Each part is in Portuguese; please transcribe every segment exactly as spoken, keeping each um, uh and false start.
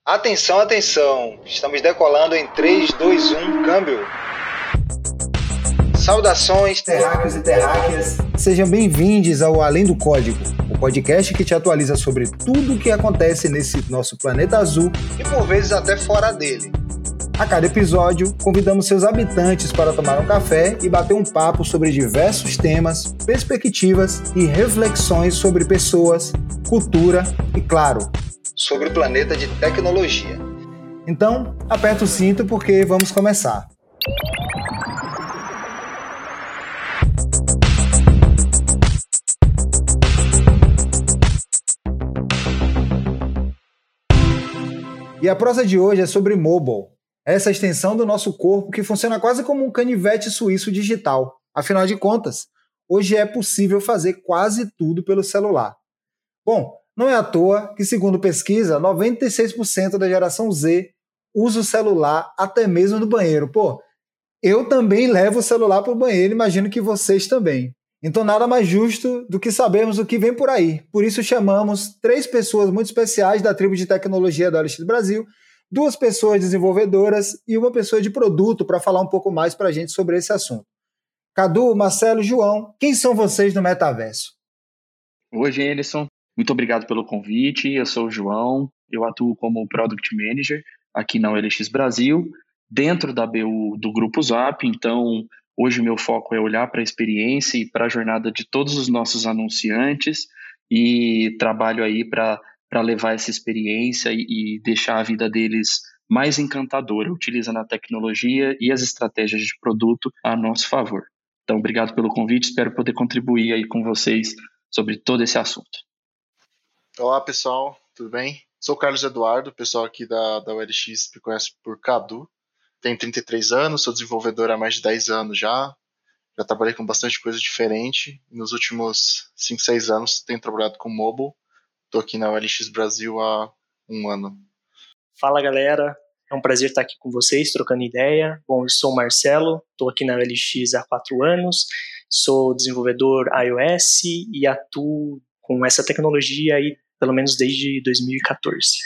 Atenção, atenção! Estamos decolando em três, dois, um, câmbio! Saudações, terráqueos e terráqueas! Sejam bem-vindos ao Além do Código, o podcast que te atualiza sobre tudo o que acontece nesse nosso planeta azul e por vezes até fora dele. A cada episódio, convidamos seus habitantes para tomar um café e bater um papo sobre diversos temas, perspectivas e reflexões sobre pessoas, cultura e, claro, sobre o planeta de tecnologia. Então, aperta o cinto porque vamos começar. E a prosa de hoje é sobre mobile. Essa extensão do nosso corpo que funciona quase como um canivete suíço digital. Afinal de contas, hoje é possível fazer quase tudo pelo celular. Bom, não é à toa que, segundo pesquisa, noventa e seis por cento da geração Z usa o celular até mesmo no banheiro. Pô, eu também levo o celular para o banheiro, imagino que vocês também. Então nada mais justo do que sabermos o que vem por aí. Por isso chamamos três pessoas muito especiais da tribo de tecnologia da O L X Brasil, duas pessoas desenvolvedoras e uma pessoa de produto para falar um pouco mais para a gente sobre esse assunto. Cadu, Marcelo, João, quem são vocês no metaverso? Oi, Genison. Muito obrigado pelo convite. Eu sou o João, eu atuo como Product Manager aqui na O L X Brasil, dentro da B U do Grupo Zap. Então, hoje o meu foco é olhar para a experiência e para a jornada de todos os nossos anunciantes e trabalho aí para para levar essa experiência e, e deixar a vida deles mais encantadora, utilizando a tecnologia e as estratégias de produto a nosso favor. Então, obrigado pelo convite, espero poder contribuir aí com vocês sobre todo esse assunto. Olá, pessoal, tudo bem? Sou o Carlos Eduardo, o pessoal aqui da, da O L X me conhece por Cadu. Tenho trinta e três anos, sou desenvolvedor há mais de dez anos já. Já trabalhei com bastante coisa diferente. Nos últimos cinco, seis anos tenho trabalhado com mobile. Estou aqui na O L X Brasil há um ano. Fala, galera. É um prazer estar aqui com vocês, trocando ideia. Bom, eu sou o Marcelo, estou aqui na O L X há quatro anos. Sou desenvolvedor iOS e atuo com essa tecnologia aí pelo menos desde dois mil e quatorze.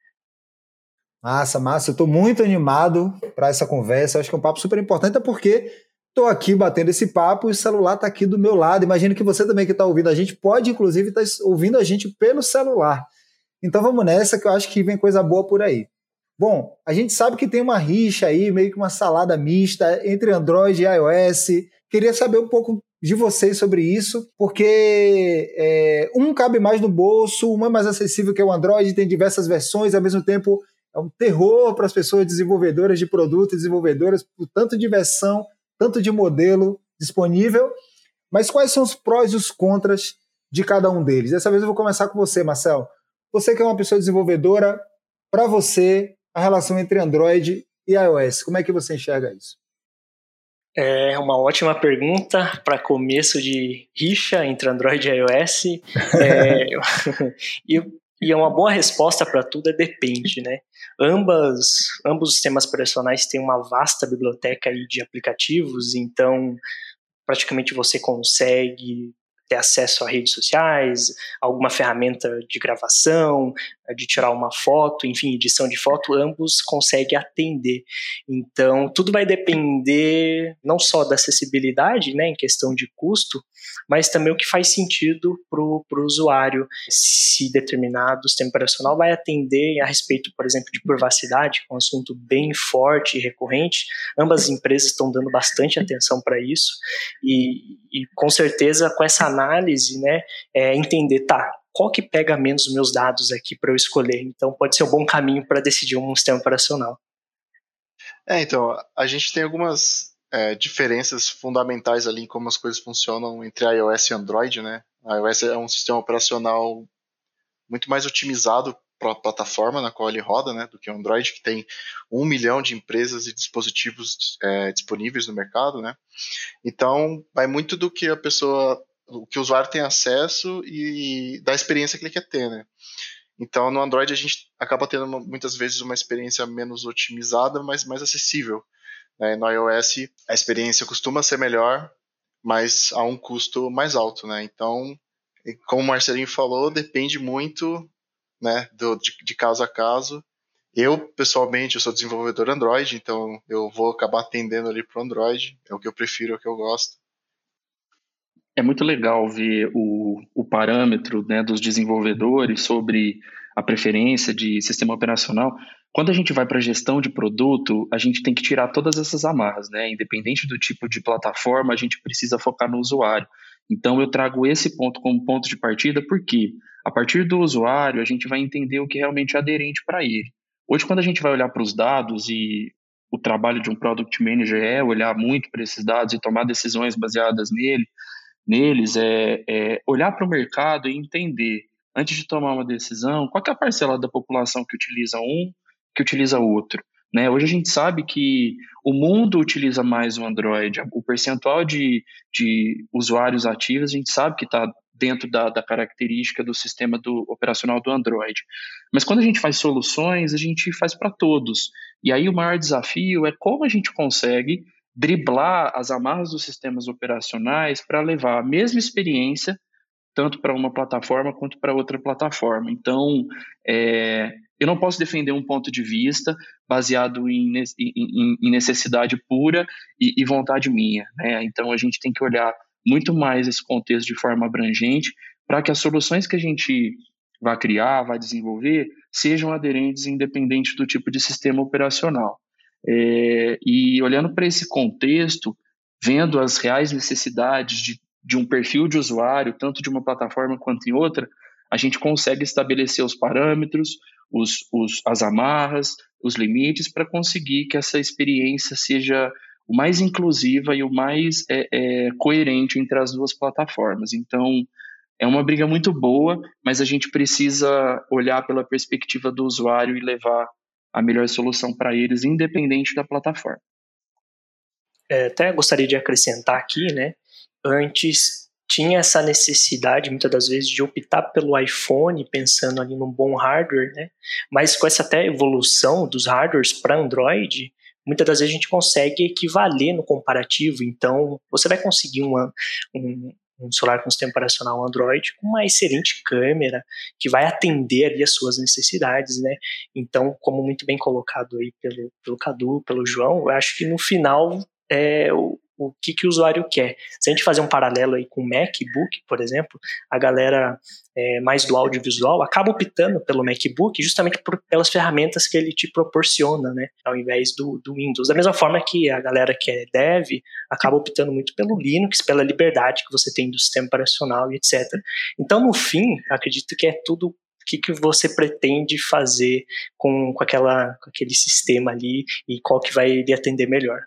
Massa, massa. Eu estou muito animado para essa conversa. Eu acho que é um papo super importante, até porque estou aqui batendo esse papo e o celular está aqui do meu lado. Imagino que você também que está ouvindo a gente pode, inclusive, estar tá ouvindo a gente pelo celular. Então vamos nessa, que eu acho que vem coisa boa por aí. Bom, a gente sabe que tem uma rixa aí, meio que uma salada mista entre Android e iOS. Queria saber um pouco de vocês sobre isso, porque é, um cabe mais no bolso, um é mais acessível que o Android, tem diversas versões, ao mesmo tempo é um terror para as pessoas desenvolvedoras de produto, desenvolvedoras, por tanto de versão, tanto de modelo disponível, mas quais são os prós e os contras de cada um deles? Dessa vez eu vou começar com você, Marcelo. Você que é uma pessoa desenvolvedora, para você, a relação entre Android e iOS, como é que você enxerga isso? É uma ótima pergunta para começo de rixa entre Android e iOS. é, e, e uma boa resposta para tudo é depende, né? Ambas, ambos os sistemas operacionais têm uma vasta biblioteca aí de aplicativos, então praticamente você consegue ter acesso a redes sociais, alguma ferramenta de gravação, de tirar uma foto, enfim, edição de foto, ambos conseguem atender. Então, tudo vai depender não só da acessibilidade, né, em questão de custo, mas também o que faz sentido para o usuário, se determinado sistema operacional vai atender a respeito, por exemplo, de privacidade, que é um assunto bem forte e recorrente. Ambas as empresas estão dando bastante atenção para isso e, e, com certeza, com essa análise, né, é entender, tá, qual que pega menos os meus dados aqui para eu escolher? Então, pode ser um bom caminho para decidir um sistema operacional. É, então, a gente tem algumas é, diferenças fundamentais ali em como as coisas funcionam entre iOS e Android, né? A iOS é um sistema operacional muito mais otimizado para a plataforma na qual ele roda, né, do que o Android, que tem um milhão de empresas e dispositivos é, disponíveis no mercado, né? Então, vai muito do que a pessoa, o que o usuário tem acesso e da experiência que ele quer ter, né? Então, no Android a gente acaba tendo muitas vezes uma experiência menos otimizada, mas mais acessível, né? No iOS a experiência costuma ser melhor, mas a um custo mais alto, né? Então, como o Marcelinho falou, depende muito, né, do, de, de caso a caso. Eu, pessoalmente, eu sou desenvolvedor Android, então eu vou acabar atendendo ali pro Android, é o que eu prefiro, é o que eu gosto. É muito legal ver o, o parâmetro, né, dos desenvolvedores sobre a preferência de sistema operacional. Quando a gente vai para a gestão de produto, a gente tem que tirar todas essas amarras, né? Independente do tipo de plataforma, a gente precisa focar no usuário. Então, eu trago esse ponto como ponto de partida, porque a partir do usuário, a gente vai entender o que realmente é aderente para ele. Hoje, quando a gente vai olhar para os dados, e o trabalho de um Product Manager é olhar muito para esses dados e tomar decisões baseadas nele, neles, é, é olhar para o mercado e entender, antes de tomar uma decisão, qual que é a parcela da população que utiliza um, que utiliza outro. Né? Hoje a gente sabe que o mundo utiliza mais o Android, o percentual de, de usuários ativos, a gente sabe que está dentro da, da característica do sistema do, operacional do Android. Mas quando a gente faz soluções, a gente faz para todos. E aí o maior desafio é como a gente consegue driblar as amarras dos sistemas operacionais para levar a mesma experiência tanto para uma plataforma quanto para outra plataforma. Então, é, eu não posso defender um ponto de vista baseado em, em, em necessidade pura e, e vontade minha, né? Então, a gente tem que olhar muito mais esse contexto de forma abrangente para que as soluções que a gente vai criar, vai desenvolver, sejam aderentes independente do tipo de sistema operacional. É, e olhando para esse contexto, vendo as reais necessidades de de um perfil de usuário, tanto de uma plataforma quanto em outra, a gente consegue estabelecer os parâmetros, os, os, as amarras, os limites, para conseguir que essa experiência seja o mais inclusiva e o mais é, é, coerente entre as duas plataformas. Então, é uma briga muito boa, mas a gente precisa olhar pela perspectiva do usuário e levar a melhor solução para eles, independente da plataforma. É, até gostaria de acrescentar aqui, né? Antes tinha essa necessidade, muitas das vezes, de optar pelo iPhone, pensando ali num bom hardware, né? Mas com essa até evolução dos hardwares para Android, muitas das vezes a gente consegue equivaler no comparativo. Então, você vai conseguir uma, um, um celular com sistema operacional Android com uma excelente câmera, que vai atender ali as suas necessidades, né? Então, como muito bem colocado aí pelo, pelo Cadu, pelo João, eu acho que no final é o o que, que o usuário quer. Se a gente fazer um paralelo aí com o MacBook, por exemplo, a galera é, mais do audiovisual acaba optando pelo MacBook justamente por, pelas ferramentas que ele te proporciona, né, ao invés do, do Windows. Da mesma forma que a galera que é dev acaba optando muito pelo Linux, pela liberdade que você tem do sistema operacional e etcétera. Então, no fim, acredito que é tudo o que, que você pretende fazer com, com, aquela, com aquele sistema ali e qual que vai lhe atender melhor.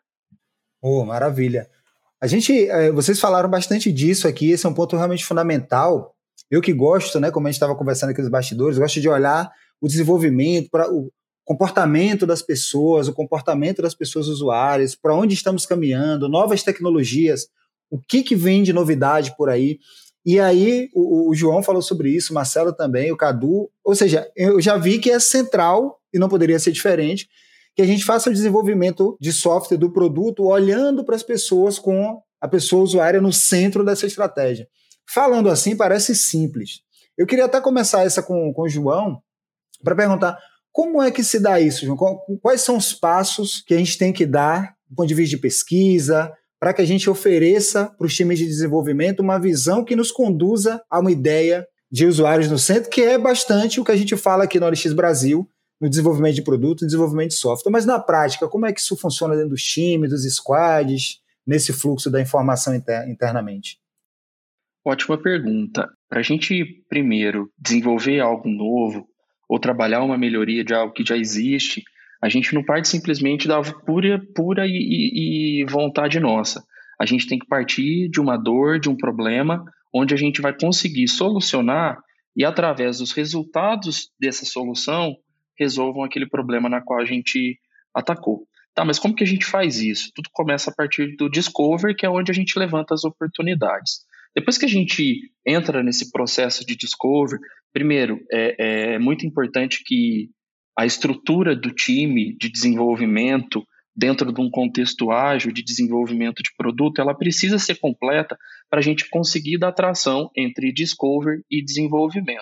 Oh, maravilha. A gente, vocês falaram bastante disso aqui, esse é um ponto realmente fundamental. Eu que gosto, né, como a gente estava conversando aqui nos bastidores, gosto de olhar o desenvolvimento, para o comportamento das pessoas, o comportamento das pessoas usuárias, para onde estamos caminhando, novas tecnologias, o que, que vem de novidade por aí. E aí, o, o João falou sobre isso, o Marcelo também, o Cadu, ou seja, eu já vi que é central, e não poderia ser diferente, que a gente faça o desenvolvimento de software do produto olhando para as pessoas com a pessoa usuária no centro dessa estratégia. Falando assim, parece simples. Eu queria até começar essa com, com o João para perguntar como é que se dá isso, João? Quais são os passos que a gente tem que dar do ponto de vista de pesquisa para que a gente ofereça para os times de desenvolvimento uma visão que nos conduza a uma ideia de usuários no centro, que é bastante o que a gente fala aqui no O L X Brasil, no desenvolvimento de produto e desenvolvimento de software. Mas, na prática, como é que isso funciona dentro dos times, dos squads, nesse fluxo da informação inter- internamente? Ótima pergunta. Para a gente, primeiro, desenvolver algo novo ou trabalhar uma melhoria de algo que já existe, a gente não parte simplesmente da pura, pura e, e, e vontade nossa. A gente tem que partir de uma dor, de um problema, onde a gente vai conseguir solucionar e, através dos resultados dessa solução, resolvam aquele problema na qual a gente atacou. Tá, mas como que a gente faz isso? Tudo começa a partir do discover, que é onde a gente levanta as oportunidades. Depois que a gente entra nesse processo de discover, primeiro, é, é muito importante que a estrutura do time de desenvolvimento, dentro de um contexto ágil de desenvolvimento de produto, ela precisa ser completa para a gente conseguir dar tração entre discover e desenvolvimento.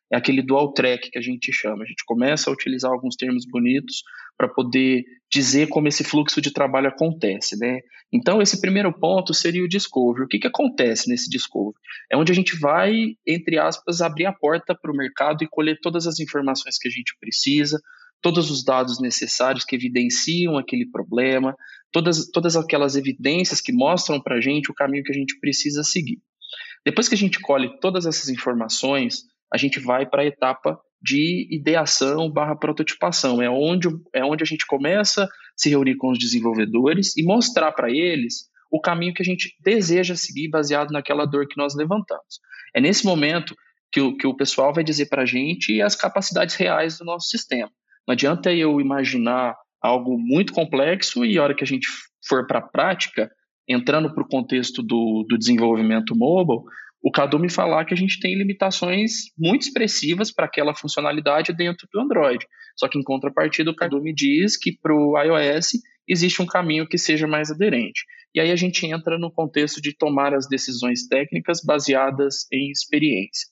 é aquele dual track que a gente chama. A gente começa a utilizar alguns termos bonitos para poder dizer como esse fluxo de trabalho acontece, né? Então, esse primeiro ponto seria o discovery. O que, que acontece nesse discovery? É onde a gente vai, entre aspas, abrir a porta para o mercado e colher todas as informações que a gente precisa, todos os dados necessários que evidenciam aquele problema, todas, todas aquelas evidências que mostram para a gente o caminho que a gente precisa seguir. Depois que a gente colhe todas essas informações, a gente vai para a etapa de ideação barra prototipação. É onde, é onde a gente começa a se reunir com os desenvolvedores e mostrar para eles o caminho que a gente deseja seguir baseado naquela dor que nós levantamos. É nesse momento que o, que o pessoal vai dizer para a gente as capacidades reais do nosso sistema. Não adianta eu imaginar algo muito complexo e a hora que a gente for para a prática, entrando para o contexto do, do desenvolvimento mobile, o Cadu me falar que a gente tem limitações muito expressivas para aquela funcionalidade dentro do Android. Só que em contrapartida o Cadu me diz que para o iOS existe um caminho que seja mais aderente. E aí a gente entra no contexto de tomar as decisões técnicas baseadas em experiência.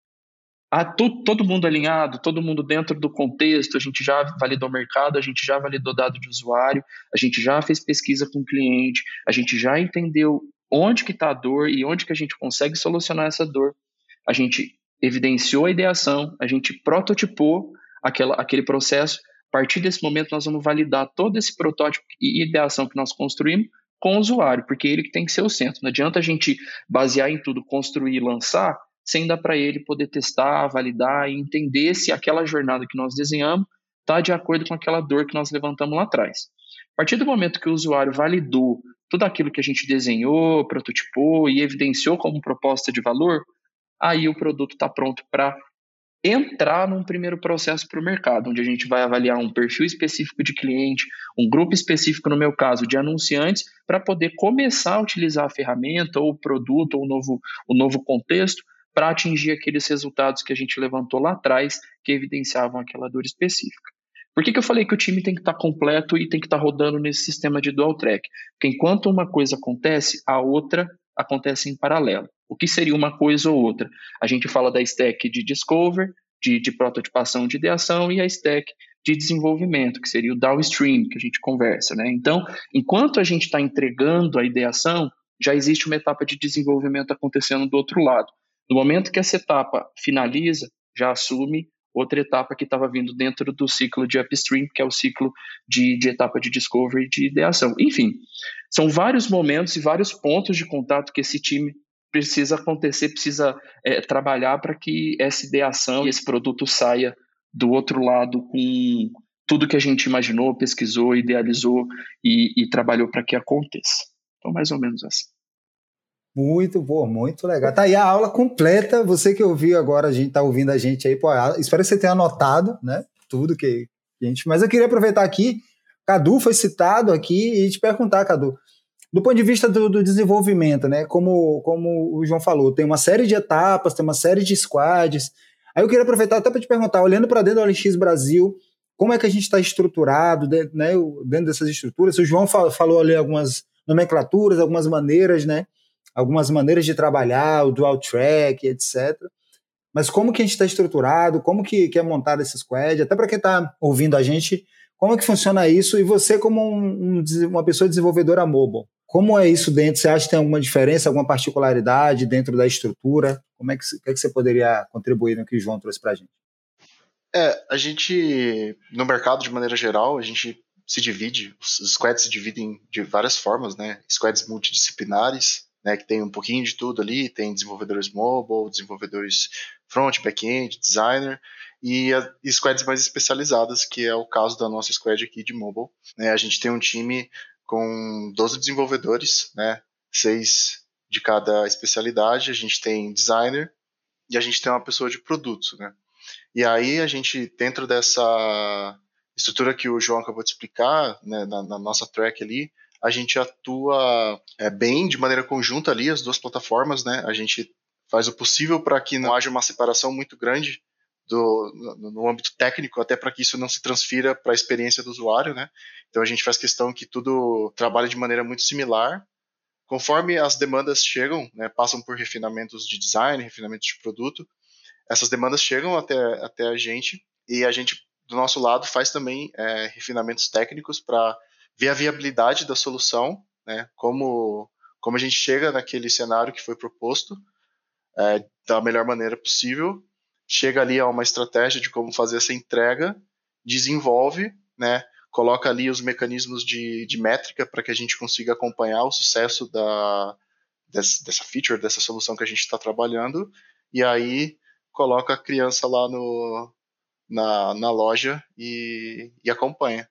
Ah, tu, todo mundo alinhado, todo mundo dentro do contexto, a gente já validou o mercado, a gente já validou dado de usuário, a gente já fez pesquisa com o cliente, a gente já entendeu onde que está a dor e onde que a gente consegue solucionar essa dor. A gente evidenciou a ideação, a gente prototipou aquela, aquele processo. A partir desse momento, nós vamos validar todo esse protótipo e ideação que nós construímos com o usuário, porque ele que tem que ser o centro. Não adianta a gente basear em tudo, construir e lançar, sem dar para ele poder testar, validar e entender se aquela jornada que nós desenhamos está de acordo com aquela dor que nós levantamos lá atrás. A partir do momento que o usuário validou tudo aquilo que a gente desenhou, prototipou e evidenciou como proposta de valor, aí o produto está pronto para entrar num primeiro processo para o mercado, onde a gente vai avaliar um perfil específico de cliente, um grupo específico, no meu caso, de anunciantes, para poder começar a utilizar a ferramenta ou o produto ou o novo, o novo contexto para atingir aqueles resultados que a gente levantou lá atrás, que evidenciavam aquela dor específica. Por que, que eu falei que o time tem que estar completo e tem que estar rodando nesse sistema de dual track? Porque enquanto uma coisa acontece, a outra acontece em paralelo. O que seria uma coisa ou outra? A gente fala da stack de discover, de, de prototipação de ideação, e a stack de desenvolvimento, que seria o downstream, que a gente conversa, né? Então, enquanto a gente está entregando a ideação, já existe uma etapa de desenvolvimento acontecendo do outro lado. No momento que essa etapa finaliza, já assume outra etapa que estava vindo dentro do ciclo de upstream, que é o ciclo de, de etapa de discovery e de ideação. Enfim, são vários momentos e vários pontos de contato que esse time precisa acontecer, precisa é, trabalhar para que essa ideação e esse produto saia do outro lado com tudo que a gente imaginou, pesquisou, idealizou e, e trabalhou para que aconteça. Então, mais ou menos assim. Muito bom, muito legal. Tá aí a aula completa. Você que ouviu agora, a gente tá ouvindo a gente aí, pô, espero que você tenha anotado, né? Tudo que a gente. Mas eu queria aproveitar aqui, Cadu foi citado aqui, e te perguntar, Cadu, do ponto de vista do, do desenvolvimento, né? Como, como o João falou, tem uma série de etapas, tem uma série de squads. Aí eu queria aproveitar até para te perguntar, olhando para dentro do O L X Brasil, como é que a gente está estruturado, né? Dentro dessas estruturas? O João falou ali algumas nomenclaturas, algumas maneiras, né? Algumas maneiras de trabalhar, o dual track, etcétera. Mas como que a gente está estruturado, como que, que é montado esse squad, até para quem está ouvindo a gente, como é que funciona isso? E você como um, um, uma pessoa desenvolvedora mobile, como é isso dentro? Você acha que tem alguma diferença, alguma particularidade dentro da estrutura? Como é que, que, é que você poderia contribuir no que o João trouxe para a gente? É, a gente, no mercado de maneira geral, a gente se divide, os squads se dividem de várias formas, né? Squads multidisciplinares, né, que tem um pouquinho de tudo ali, tem desenvolvedores mobile, desenvolvedores front, back-end, designer, e, a, e squads mais especializadas, que é o caso da nossa squad aqui de mobile. Né, a gente tem um time com doze desenvolvedores, né, seis de cada especialidade, a gente tem designer e a gente tem uma pessoa de produto. Né. E aí a gente, dentro dessa estrutura que o João acabou de explicar, né, na, na nossa track ali, a gente atua é, bem de maneira conjunta ali, as duas plataformas, né? A gente faz o possível para que não haja uma separação muito grande do, no, no âmbito técnico, até para que isso não se transfira para a experiência do usuário, né? Então a gente faz questão que tudo trabalhe de maneira muito similar. Conforme as demandas chegam, né, passam por refinamentos de design, refinamentos de produto, essas demandas chegam até, até a gente e a gente, do nosso lado, faz também é, refinamentos técnicos para ver a viabilidade da solução, né, como, como a gente chega naquele cenário que foi proposto é, da melhor maneira possível, chega ali a uma estratégia de como fazer essa entrega, desenvolve, né, coloca ali os mecanismos de, de métrica para que a gente consiga acompanhar o sucesso da, dessa, dessa feature, dessa solução que a gente está trabalhando, e aí coloca a criança lá no, na, na loja e, e acompanha.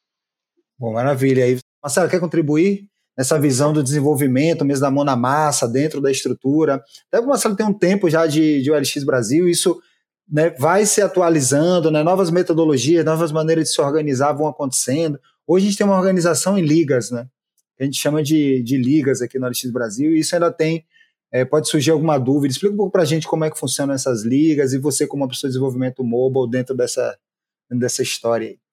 Bom, maravilha. Aí, Marcelo, quer contribuir nessa visão do desenvolvimento, mesmo da mão na massa, dentro da estrutura? Até que o Marcelo tem um tempo já de, de O L X Brasil, isso, né, vai se atualizando, né, novas metodologias, novas maneiras de se organizar vão acontecendo. Hoje a gente tem uma organização em ligas, né? A gente chama de, de ligas aqui no O L X Brasil, e isso ainda tem, é, pode surgir alguma dúvida. Explica um pouco para a gente como é que funcionam essas ligas e você como uma pessoa de desenvolvimento mobile dentro dessa, dessa história aí.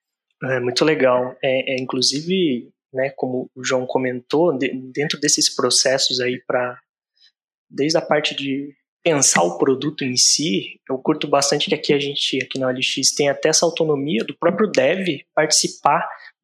É muito legal. É, é, inclusive, né, como o João comentou, de, dentro desses processos aí, para desde a parte de pensar o produto em si, eu curto bastante que aqui a gente, aqui na O L X, tem até essa autonomia do próprio dev participar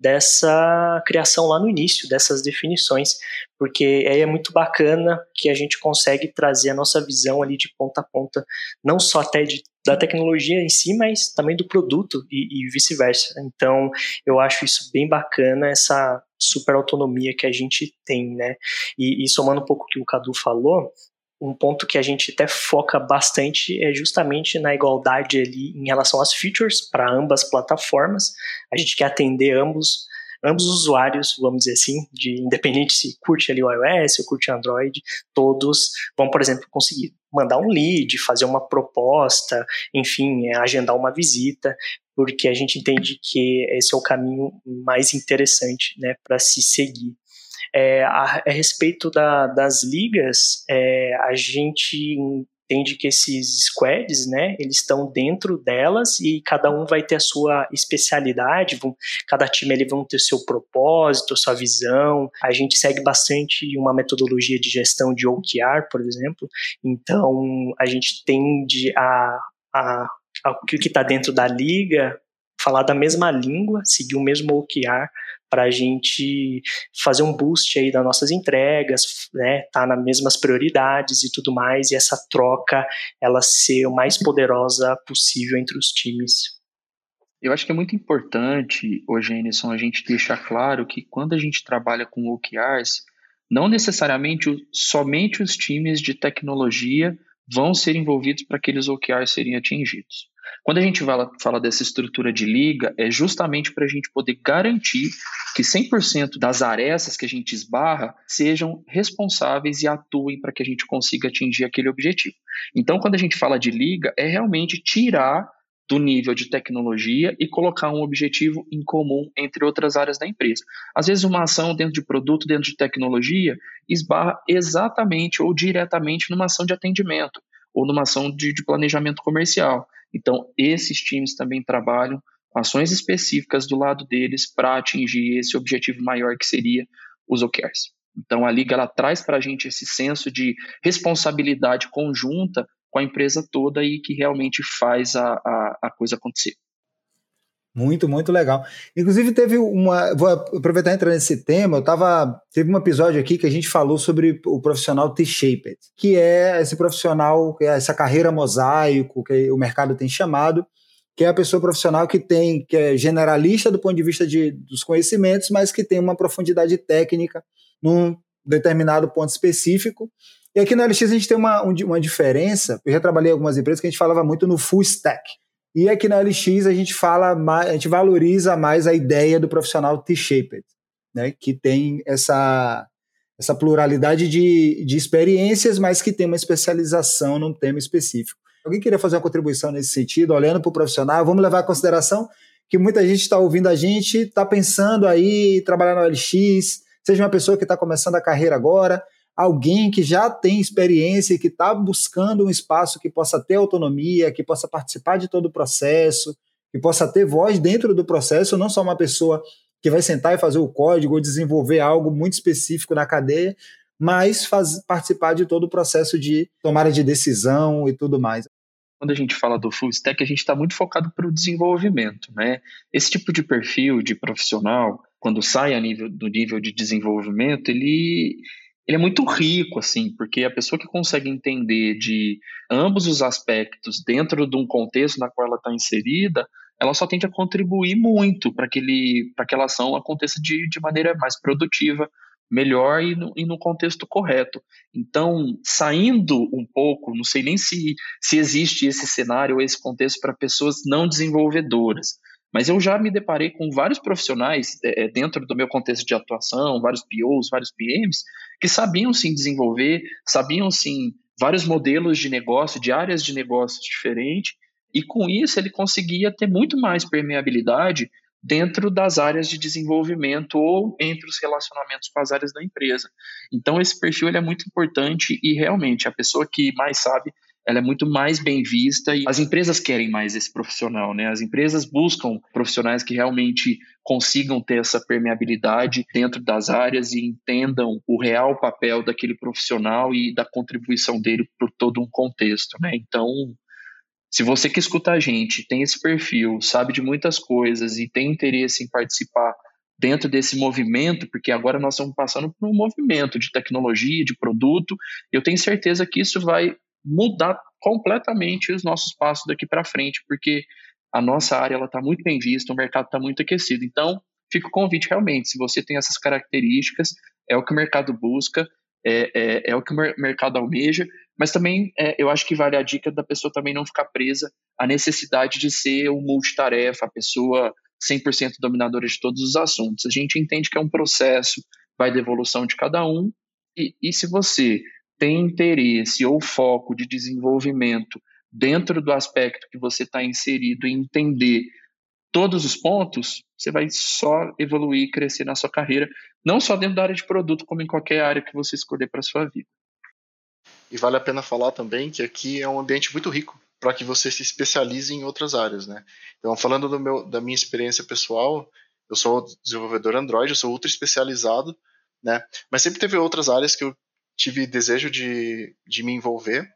dessa criação lá no início, dessas definições, porque aí é muito bacana que a gente consegue trazer a nossa visão ali de ponta a ponta, não só até de, da tecnologia em si, mas também do produto e, e vice-versa. Então, eu acho isso bem bacana, essa super autonomia que a gente tem, né? E, e somando um pouco o que o Cadu falou, um ponto que a gente até foca bastante é justamente na igualdade ali em relação às features para ambas plataformas. A gente quer atender ambos, ambos os usuários, vamos dizer assim, de, independente se curte ali o iOS ou curte Android, todos vão, por exemplo, conseguir mandar um lead, fazer uma proposta, enfim, agendar uma visita, porque a gente entende que esse é o caminho mais interessante, né, para se seguir. É, a, a respeito da, das ligas, é, a gente entende que esses squads, né, eles estão dentro delas e cada um vai ter a sua especialidade, vão, cada time ele vão ter seu propósito, sua visão. A gente segue bastante uma metodologia de gestão de O K R, por exemplo, então a gente tende a, a, a o que está dentro da liga falar da mesma língua, seguir o mesmo O K R, para a gente fazer um boost aí das nossas entregas, né, tá nas mesmas prioridades e tudo mais, e essa troca, ela ser o mais poderosa possível entre os times. Eu acho que é muito importante, ô Genison, a gente deixar claro que quando a gente trabalha com O K Rs, não necessariamente somente os times de tecnologia vão ser envolvidos para aqueles O K Rs serem atingidos. Quando a gente fala, fala dessa estrutura de liga, é justamente para a gente poder garantir que cem por cento das arestas que a gente esbarra sejam responsáveis e atuem para que a gente consiga atingir aquele objetivo. Então, quando a gente fala de liga, é realmente tirar do nível de tecnologia e colocar um objetivo em comum entre outras áreas da empresa. Às vezes, uma ação dentro de produto, dentro de tecnologia, esbarra exatamente ou diretamente numa ação de atendimento ou numa ação de, de planejamento comercial. Então, esses times também trabalham com ações específicas do lado deles para atingir esse objetivo maior que seria os O K Rs. Então, a Liga ela traz para a gente esse senso de responsabilidade conjunta com a empresa toda e que realmente faz a, a, a coisa acontecer. Muito, muito legal. Inclusive teve uma, vou aproveitar e entrar nesse tema, eu tava, teve um episódio aqui que a gente falou sobre o profissional T-shaped, que é esse profissional, que é essa carreira mosaico que o mercado tem chamado, que é a pessoa profissional que tem, que é generalista do ponto de vista de, dos conhecimentos, mas que tem uma profundidade técnica num determinado ponto específico. E aqui na L X a gente tem uma, uma diferença, eu já trabalhei em algumas empresas que a gente falava muito no full stack. E aqui na L X a gente fala mais, a gente valoriza mais a ideia do profissional T-shaped, né? Que tem essa, essa pluralidade de, de experiências, mas que tem uma especialização num tema específico. Alguém queria fazer uma contribuição nesse sentido, olhando para o profissional? Vamos levar em consideração que muita gente está ouvindo a gente, está pensando aí em trabalhar na L X, seja uma pessoa que está começando a carreira agora, alguém que já tem experiência e que está buscando um espaço que possa ter autonomia, que possa participar de todo o processo, que possa ter voz dentro do processo, não só uma pessoa que vai sentar e fazer o código ou desenvolver algo muito específico na cadeia, mas faz, participar de todo o processo de tomada de decisão e tudo mais. quando a gente fala do full stack, a gente está muito focado para o desenvolvimento, né? Esse tipo de perfil de profissional, quando sai a nível, do nível de desenvolvimento, ele, ele é muito rico, assim, porque a pessoa que consegue entender de ambos os aspectos dentro de um contexto na qual ela está inserida, ela só tende a contribuir muito para que aquela ação aconteça de, de maneira mais produtiva, melhor e no, e no contexto correto. Então, saindo um pouco, não sei nem se, se existe esse cenário ou esse contexto para pessoas não desenvolvedoras, mas eu já me deparei com vários profissionais é, dentro do meu contexto de atuação, vários P Os, vários P Ms, que sabiam sim desenvolver, sabiam sim vários modelos de negócio, de áreas de negócios diferentes, e com isso ele conseguia ter muito mais permeabilidade dentro das áreas de desenvolvimento ou entre os relacionamentos com as áreas da empresa. Então, esse perfil ele é muito importante e, realmente, a pessoa que mais sabe, ela é muito mais bem vista e as empresas querem mais esse profissional, né? As empresas buscam profissionais que realmente consigam ter essa permeabilidade dentro das áreas e entendam o real papel daquele profissional e da contribuição dele por todo um contexto, né? Então, se você que escuta a gente tem esse perfil, sabe de muitas coisas e tem interesse em participar dentro desse movimento, porque agora nós estamos passando por um movimento de tecnologia, de produto, eu tenho certeza que isso vai mudar completamente os nossos passos daqui para frente, porque a nossa área está muito bem vista, o mercado está muito aquecido. Então, fica o convite realmente, se você tem essas características, é o que o mercado busca, é, é, é o que o mercado almeja, mas também é, eu acho que vale a dica da pessoa também não ficar presa à necessidade de ser um multitarefa, a pessoa cem por cento dominadora de todos os assuntos. A gente entende que é um processo, vai da evolução de cada um, e, e se você tem interesse ou foco de desenvolvimento dentro do aspecto que você está inserido e entender todos os pontos, você vai só evoluir e crescer na sua carreira, não só dentro da área de produto, como em qualquer área que você escolher para a sua vida. E vale a pena falar também que aqui é um ambiente muito rico para que você se especialize em outras áreas, né? Então, falando do meu, da minha experiência pessoal, eu sou desenvolvedor Android, eu sou ultra especializado, né? Mas sempre teve outras áreas que eu tive desejo de, de me envolver,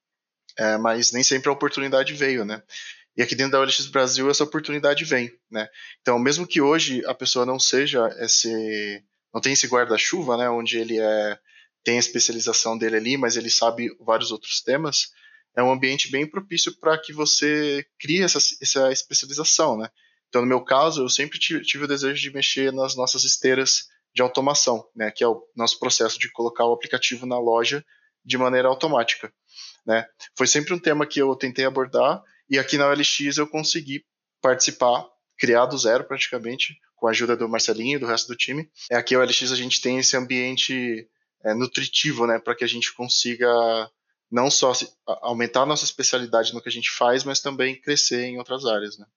é, mas nem sempre a oportunidade veio, né? E aqui dentro da O L X Brasil essa oportunidade vem, né? Então, mesmo que hoje a pessoa não seja esse, não tem esse guarda-chuva, né? Onde ele é, tem a especialização dele ali, mas ele sabe vários outros temas, é um ambiente bem propício para que você crie essa, essa especialização, né? Então, no meu caso, eu sempre tive, tive o desejo de mexer nas nossas esteiras de automação, né? Que é o nosso processo de colocar o aplicativo na loja de maneira automática, né? Foi sempre um tema que eu tentei abordar, e aqui na O L X eu consegui participar, criar do zero praticamente, com a ajuda do Marcelinho e do resto do time. É, aqui na O L X a gente tem esse ambiente é, nutritivo, né, para que a gente consiga não só se, a, aumentar a nossa especialidade no que a gente faz, mas também crescer em outras áreas, né.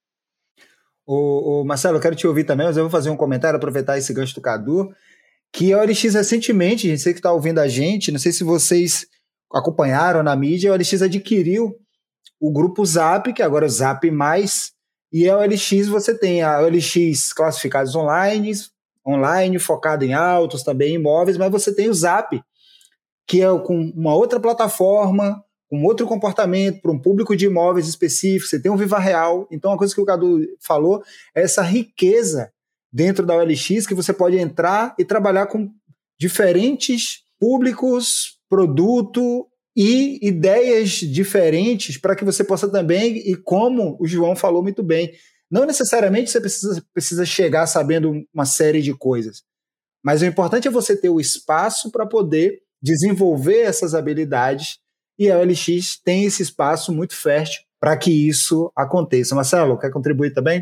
O, o Marcelo, eu quero te ouvir também, mas eu vou fazer um comentário, aproveitar esse gancho do Cadu, que a O L X recentemente, gente, você que está ouvindo a gente, não sei se vocês acompanharam na mídia, a O L X adquiriu o grupo Zap, que agora é o Zap Mais, e a O L X você tem a O L X classificados online, online, focado em autos, também imóveis, mas você tem o Zap, que é com uma outra plataforma, com outro comportamento, para um público de imóveis específico, você tem um Viva Real. Então, uma coisa que o Cadu falou é essa riqueza dentro da O L X, que você pode entrar e trabalhar com diferentes públicos, produto e ideias diferentes para que você possa também, e como o João falou muito bem, não necessariamente você precisa, precisa chegar sabendo uma série de coisas, mas o importante é você ter o espaço para poder desenvolver essas habilidades, e a O L X tem esse espaço muito fértil para que isso aconteça. Marcelo, quer contribuir também?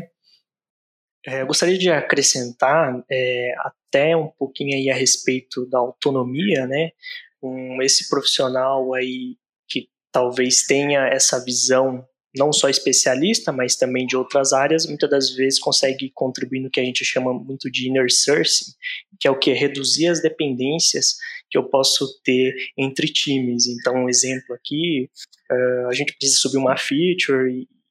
É, eu gostaria de acrescentar é, até um pouquinho aí a respeito da autonomia, né? Um, esse profissional aí que talvez tenha essa visão não só especialista, mas também de outras áreas, muitas das vezes consegue contribuir no que a gente chama muito de inner sourcing, que é o que? Reduzir as dependências que eu posso ter entre times. Então, um exemplo aqui, uh, a gente precisa subir uma feature e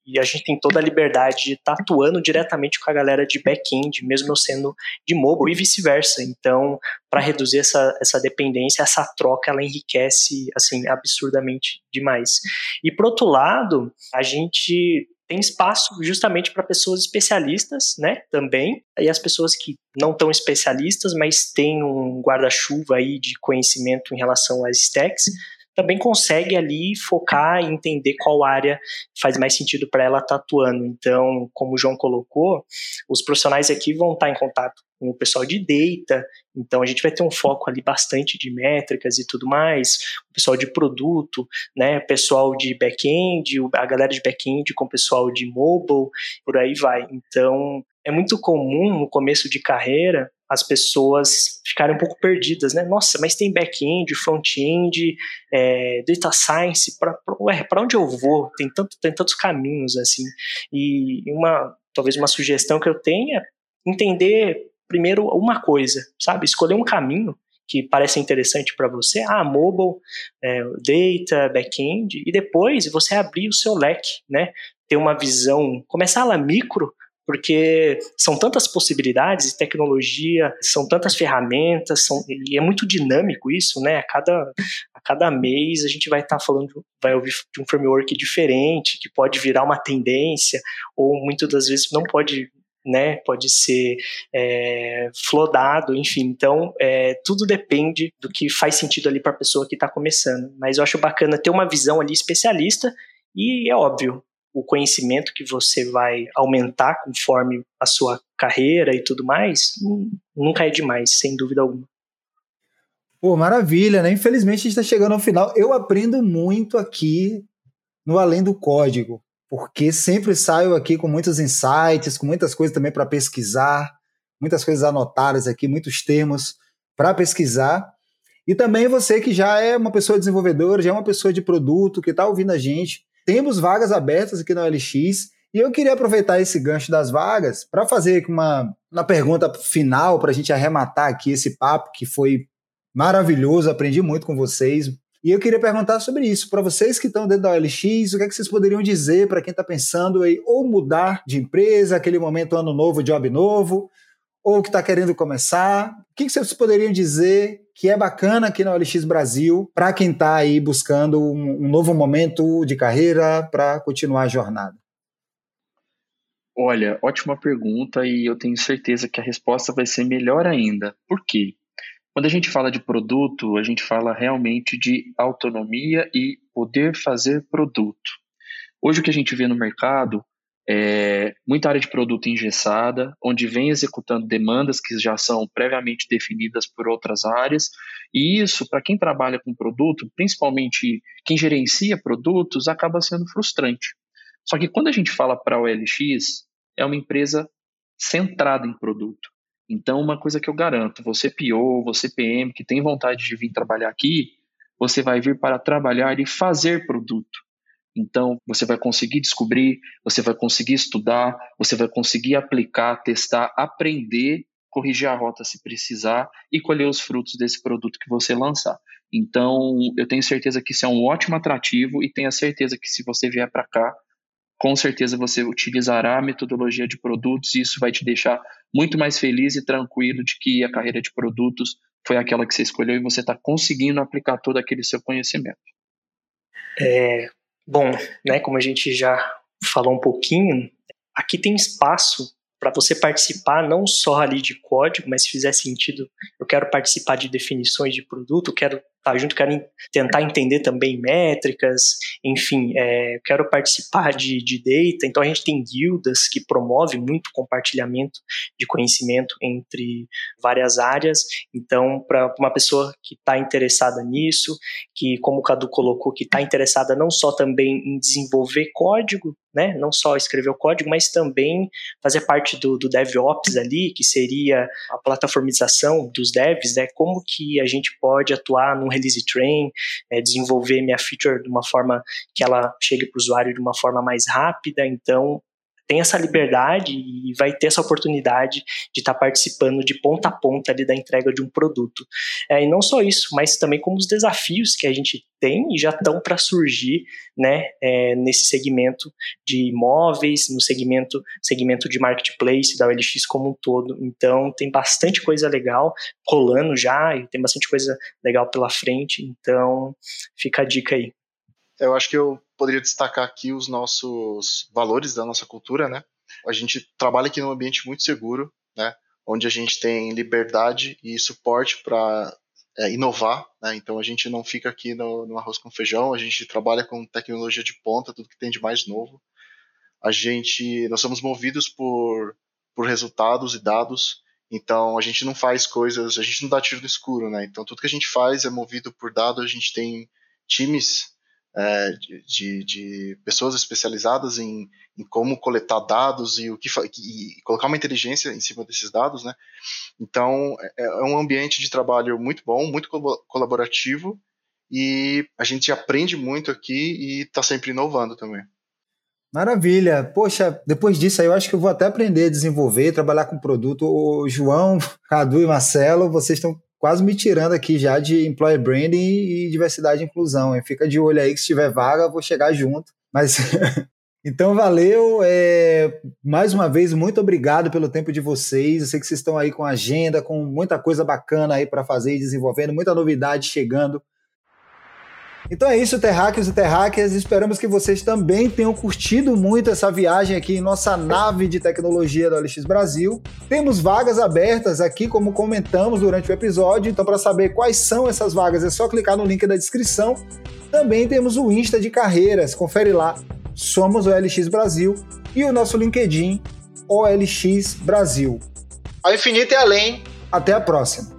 e a gente tem toda a liberdade de estar tá atuando diretamente com a galera de back-end, mesmo eu sendo de mobile e vice-versa. Então, para reduzir essa, essa dependência, essa troca, ela enriquece assim, absurdamente demais. E, por outro lado, a gente tem espaço justamente para pessoas especialistas, né, também, e as pessoas que não tão especialistas, mas têm um guarda-chuva aí de conhecimento em relação às stacks, também consegue ali focar e entender qual área faz mais sentido para ela estar atuando. Então, como o João colocou, os profissionais aqui vão estar em contato com o pessoal de data, então a gente vai ter um foco ali bastante de métricas e tudo mais, o pessoal de produto, né, pessoal de back-end, a galera de back-end com o pessoal de mobile, por aí vai. Então, é muito comum no começo de carreira as pessoas ficarem um pouco perdidas, né? Nossa, mas tem back-end, front-end, é, data science, para onde eu vou? Tem, tanto, tem tantos caminhos, assim. E uma, talvez uma sugestão que eu tenho é entender primeiro uma coisa, sabe? Escolher um caminho que parece interessante para você, ah, mobile, é, data, back-end, e depois você abrir o seu leque, né? Ter uma visão, começar lá micro, porque são tantas possibilidades de tecnologia, são tantas ferramentas, são, e é muito dinâmico isso, né? A cada, a cada mês a gente vai estar tá falando, vai ouvir de um framework diferente, que pode virar uma tendência, ou muitas das vezes não pode, né? Pode ser é, flodado, enfim. Então, é, tudo depende do que faz sentido ali para a pessoa que está começando. Mas eu acho bacana ter uma visão ali especialista, e é óbvio, o conhecimento que você vai aumentar conforme a sua carreira e tudo mais, nunca é demais, sem dúvida alguma. Pô, maravilha, né? Infelizmente a gente está chegando ao final. Eu aprendo muito aqui no Além do Código, porque sempre saio aqui com muitos insights, com muitas coisas também para pesquisar, muitas coisas anotadas aqui, muitos termos para pesquisar. E também você que já é uma pessoa desenvolvedora, já é uma pessoa de produto, que está ouvindo a gente, temos vagas abertas aqui na O L X e eu queria aproveitar esse gancho das vagas para fazer uma, uma pergunta final para a gente arrematar aqui esse papo que foi maravilhoso, aprendi muito com vocês. E eu queria perguntar sobre isso, para vocês que estão dentro da O L X, o que é que vocês poderiam dizer para quem está pensando aí ou mudar de empresa, aquele momento ano novo, job novo, ou que está querendo começar? O que vocês poderiam dizer que é bacana aqui na O L X Brasil para quem está aí buscando um, um novo momento de carreira para continuar a jornada? Olha, ótima pergunta e eu tenho certeza que a resposta vai ser melhor ainda. Por quê? Quando a gente fala de produto, a gente fala realmente de autonomia e poder fazer produto. Hoje o que a gente vê no mercado é muita área de produto engessada, onde vem executando demandas que já são previamente definidas por outras áreas, e isso, para quem trabalha com produto, principalmente quem gerencia produtos, acaba sendo frustrante. Só que quando a gente fala para a O L X, é uma empresa centrada em produto. Então, uma coisa que eu garanto, você P O, você P M, que tem vontade de vir trabalhar aqui, você vai vir para trabalhar e fazer produto. Então, você vai conseguir descobrir, você vai conseguir estudar, você vai conseguir aplicar, testar, aprender, corrigir a rota se precisar e colher os frutos desse produto que você lançar. Então, eu tenho certeza que isso é um ótimo atrativo e tenho a certeza que se você vier para cá, com certeza você utilizará a metodologia de produtos e isso vai te deixar muito mais feliz e tranquilo de que a carreira de produtos foi aquela que você escolheu e você está conseguindo aplicar todo aquele seu conhecimento. É, bom, né, como a gente já falou um pouquinho, aqui tem espaço para você participar não só ali de código, mas se fizer sentido, eu quero participar de definições de produto, quero estar junto, quero tentar entender também métricas, enfim, é, quero participar de, de data. Então a gente tem guildas que promovem muito compartilhamento de conhecimento entre várias áreas. Então, para uma pessoa que está interessada nisso, que, como o Cadu colocou, que está interessada não só também em desenvolver código, né, não só escrever o código, mas também fazer parte do, do DevOps ali, que seria a plataformização dos devs, né, como que a gente pode atuar num release train, é, desenvolver minha feature de uma forma que ela chegue para o usuário de uma forma mais rápida. Então, tem essa liberdade e vai ter essa oportunidade de estar tá participando de ponta a ponta ali da entrega de um produto. É, e não só isso, mas também como os desafios que a gente tem e já estão para surgir, né, é, nesse segmento de imóveis, no segmento, segmento de marketplace da O L X como um todo. Então tem bastante coisa legal rolando já e tem bastante coisa legal pela frente, então fica a dica aí. Eu acho que eu poderia destacar aqui os nossos valores da nossa cultura, né? A gente trabalha aqui num ambiente muito seguro, né? Onde a gente tem liberdade e suporte para é, inovar, né? Então a gente não fica aqui no, no arroz com feijão, a gente trabalha com tecnologia de ponta, tudo que tem de mais novo. A gente, nós somos movidos por, por resultados e dados, então a gente não faz coisas, a gente não dá tiro no escuro, né? Então tudo que a gente faz é movido por dados, a gente tem times É, de, de pessoas especializadas em, em como coletar dados e, o que e colocar uma inteligência em cima desses dados, né? Então é, é um ambiente de trabalho muito bom, muito colaborativo e a gente aprende muito aqui e está sempre inovando também. Maravilha. Poxa, depois disso aí eu acho que eu vou até aprender a desenvolver, trabalhar com produto. O João, Cadu e Marcelo, vocês estão quase me tirando aqui já de employer branding e diversidade e inclusão. Hein? Fica de olho aí que se tiver vaga, eu vou chegar junto. Mas então, valeu. É... Mais uma vez, muito obrigado pelo tempo de vocês. Eu sei que vocês estão aí com agenda, com muita coisa bacana aí para fazer e desenvolvendo, muita novidade chegando. Então é isso, terráqueos e terráqueas. Esperamos que vocês também tenham curtido muito essa viagem aqui em nossa nave de tecnologia da O L X Brasil. Temos vagas abertas aqui, como comentamos durante o episódio. Então, para saber quais são essas vagas, é só clicar no link da descrição. Também temos o Insta de Carreiras. Confere lá. Somos o O L X Brasil. E o nosso LinkedIn, O L X Brasil. Ao infinito e além. Até a próxima.